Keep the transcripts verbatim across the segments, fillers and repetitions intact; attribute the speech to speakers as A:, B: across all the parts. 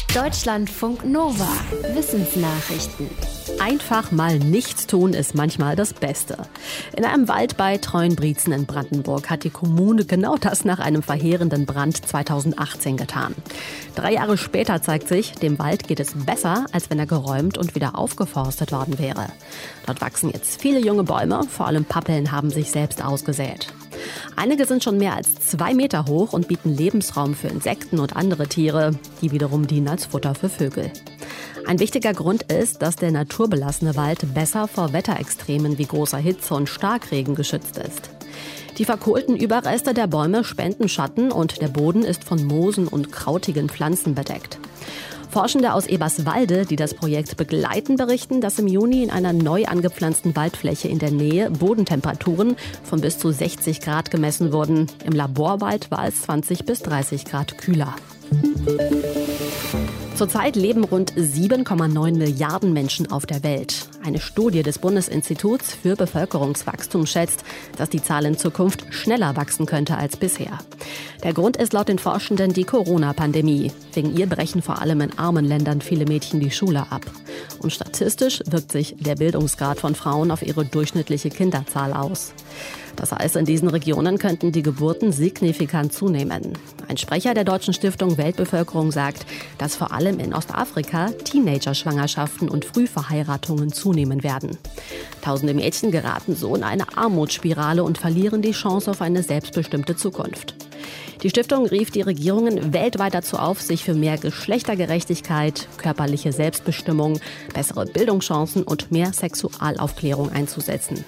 A: Deutschlandfunk Nova. Wissensnachrichten.
B: Einfach mal nichts tun ist manchmal das Beste. In einem Wald bei Treuenbrietzen in Brandenburg hat die Kommune genau das nach einem verheerenden Brand zweitausendachtzehn getan. Drei Jahre später zeigt sich, dem Wald geht es besser, als wenn er geräumt und wieder aufgeforstet worden wäre. Dort wachsen jetzt viele junge Bäume, vor allem Pappeln haben sich selbst ausgesät. Einige sind schon mehr als zwei Meter hoch und bieten Lebensraum für Insekten und andere Tiere, die wiederum dienen als Futter für Vögel. Ein wichtiger Grund ist, dass der naturbelassene Wald besser vor Wetterextremen wie großer Hitze und Starkregen geschützt ist. Die verkohlten Überreste der Bäume spenden Schatten und der Boden ist von Moosen und krautigen Pflanzen bedeckt. Forschende aus Eberswalde, die das Projekt begleiten, berichten, dass im Juni in einer neu angepflanzten Waldfläche in der Nähe Bodentemperaturen von bis zu sechzig Grad gemessen wurden. Im Laborwald war es zwanzig bis dreißig Grad kühler. Zurzeit leben rund sieben Komma neun Milliarden Menschen auf der Welt. Eine Studie des Bundesinstituts für Bevölkerungswachstum schätzt, dass die Zahl in Zukunft schneller wachsen könnte als bisher. Der Grund ist laut den Forschenden die Corona-Pandemie. Wegen ihr brechen vor allem in armen Ländern viele Mädchen die Schule ab. Und statistisch wirkt sich der Bildungsgrad von Frauen auf ihre durchschnittliche Kinderzahl aus. Das heißt, in diesen Regionen könnten die Geburten signifikant zunehmen. Ein Sprecher der Deutschen Stiftung Weltbevölkerung sagt, dass vor allem in Ostafrika Teenager-Schwangerschaften und Frühverheiratungen zunehmen werden. Tausende Mädchen geraten so in eine Armutsspirale und verlieren die Chance auf eine selbstbestimmte Zukunft. Die Stiftung rief die Regierungen weltweit dazu auf, sich für mehr Geschlechtergerechtigkeit, körperliche Selbstbestimmung, bessere Bildungschancen und mehr Sexualaufklärung einzusetzen.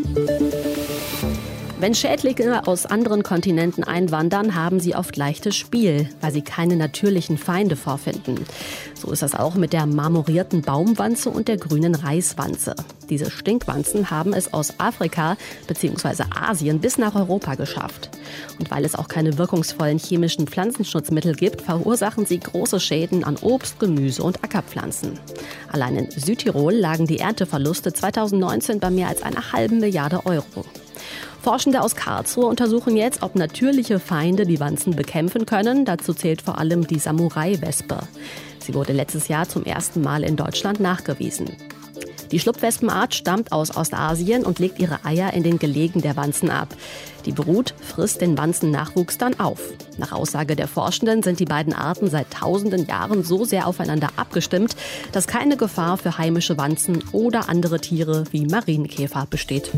B: Wenn Schädlinge aus anderen Kontinenten einwandern, haben sie oft leichtes Spiel, weil sie keine natürlichen Feinde vorfinden. So ist das auch mit der marmorierten Baumwanze und der grünen Reiswanze. Diese Stinkwanzen haben es aus Afrika bzw. Asien bis nach Europa geschafft. Und weil es auch keine wirkungsvollen chemischen Pflanzenschutzmittel gibt, verursachen sie große Schäden an Obst, Gemüse und Ackerpflanzen. Allein in Südtirol lagen die Ernteverluste zweitausendneunzehn bei mehr als einer halben Milliarde Euro. Forschende aus Karlsruhe untersuchen jetzt, ob natürliche Feinde die Wanzen bekämpfen können. Dazu zählt vor allem die Samurai-Wespe. Sie wurde letztes Jahr zum ersten Mal in Deutschland nachgewiesen. Die Schlupfwespenart stammt aus Ostasien und legt ihre Eier in den Gelegen der Wanzen ab. Die Brut frisst den Wanzennachwuchs dann auf. Nach Aussage der Forschenden sind die beiden Arten seit tausenden Jahren so sehr aufeinander abgestimmt, dass keine Gefahr für heimische Wanzen oder andere Tiere wie Marienkäfer besteht.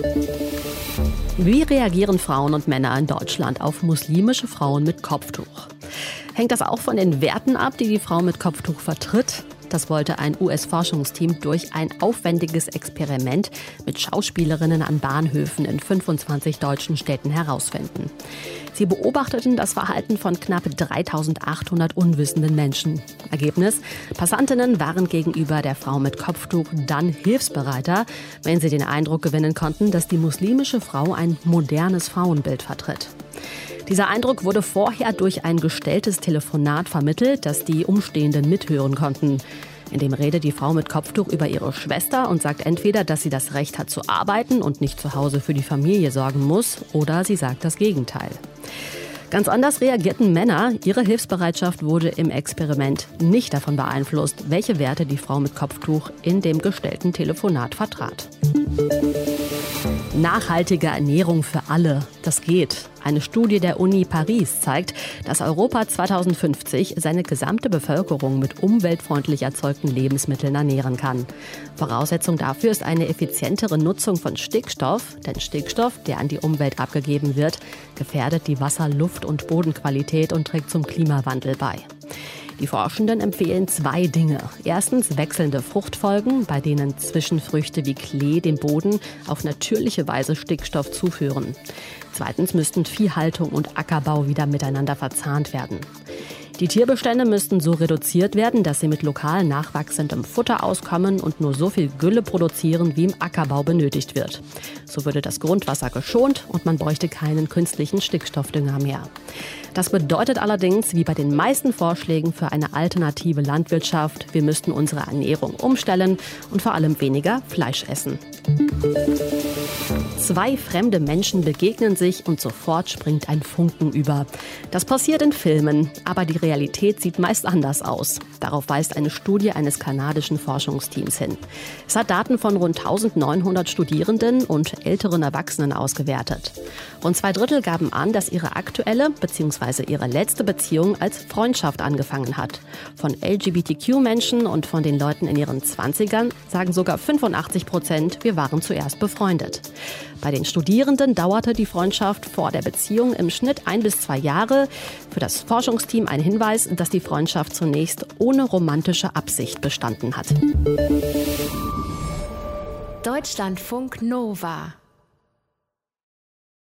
B: Wie reagieren Frauen und Männer in Deutschland auf muslimische Frauen mit Kopftuch? Hängt das auch von den Werten ab, die die Frau mit Kopftuch vertritt? Das wollte ein U S-Forschungsteam durch ein aufwendiges Experiment mit Schauspielerinnen an Bahnhöfen in fünfundzwanzig deutschen Städten herausfinden. Sie beobachteten das Verhalten von knapp dreitausendachthundert unwissenden Menschen. Ergebnis: Passantinnen waren gegenüber der Frau mit Kopftuch dann hilfsbereiter, wenn sie den Eindruck gewinnen konnten, dass die muslimische Frau ein modernes Frauenbild vertritt. Dieser Eindruck wurde vorher durch ein gestelltes Telefonat vermittelt, das die Umstehenden mithören konnten. In dem redet die Frau mit Kopftuch über ihre Schwester und sagt entweder, dass sie das Recht hat zu arbeiten und nicht zu Hause für die Familie sorgen muss, oder sie sagt das Gegenteil. Ganz anders reagierten Männer. Ihre Hilfsbereitschaft wurde im Experiment nicht davon beeinflusst, welche Werte die Frau mit Kopftuch in dem gestellten Telefonat vertrat. Nachhaltige Ernährung für alle, das geht. Eine Studie der Uni Paris zeigt, dass Europa zweitausendfünfzig seine gesamte Bevölkerung mit umweltfreundlich erzeugten Lebensmitteln ernähren kann. Voraussetzung dafür ist eine effizientere Nutzung von Stickstoff, denn Stickstoff, der an die Umwelt abgegeben wird, gefährdet die Wasser-, Luft- und Bodenqualität und trägt zum Klimawandel bei. Die Forschenden empfehlen zwei Dinge. Erstens wechselnde Fruchtfolgen, bei denen Zwischenfrüchte wie Klee dem Boden auf natürliche Weise Stickstoff zuführen. Zweitens müssten Viehhaltung und Ackerbau wieder miteinander verzahnt werden. Die Tierbestände müssten so reduziert werden, dass sie mit lokal nachwachsendem Futter auskommen und nur so viel Gülle produzieren, wie im Ackerbau benötigt wird. So würde das Grundwasser geschont und man bräuchte keinen künstlichen Stickstoffdünger mehr. Das bedeutet allerdings, wie bei den meisten Vorschlägen für eine alternative Landwirtschaft, wir müssten unsere Ernährung umstellen und vor allem weniger Fleisch essen. Zwei fremde Menschen begegnen sich und sofort springt ein Funken über. Das passiert in Filmen, aber die Realität sieht meist anders aus. Darauf weist eine Studie eines kanadischen Forschungsteams hin. Es hat Daten von rund eintausendneunhundert Studierenden und älteren Erwachsenen ausgewertet. Rund zwei Drittel gaben an, dass ihre aktuelle bzw. ihre letzte Beziehung als Freundschaft angefangen hat. Von L G B T Q-Menschen und von den Leuten in ihren Zwanzigern sagen sogar fünfundachtzig Prozent, wir waren zuerst befreundet. Bei den Studierenden dauerte die Freundschaft vor der Beziehung im Schnitt ein bis zwei Jahre. Für das Forschungsteam ein Hinweis, dass die Freundschaft zunächst ohne romantische Absicht bestanden hat.
A: Deutschlandfunk Nova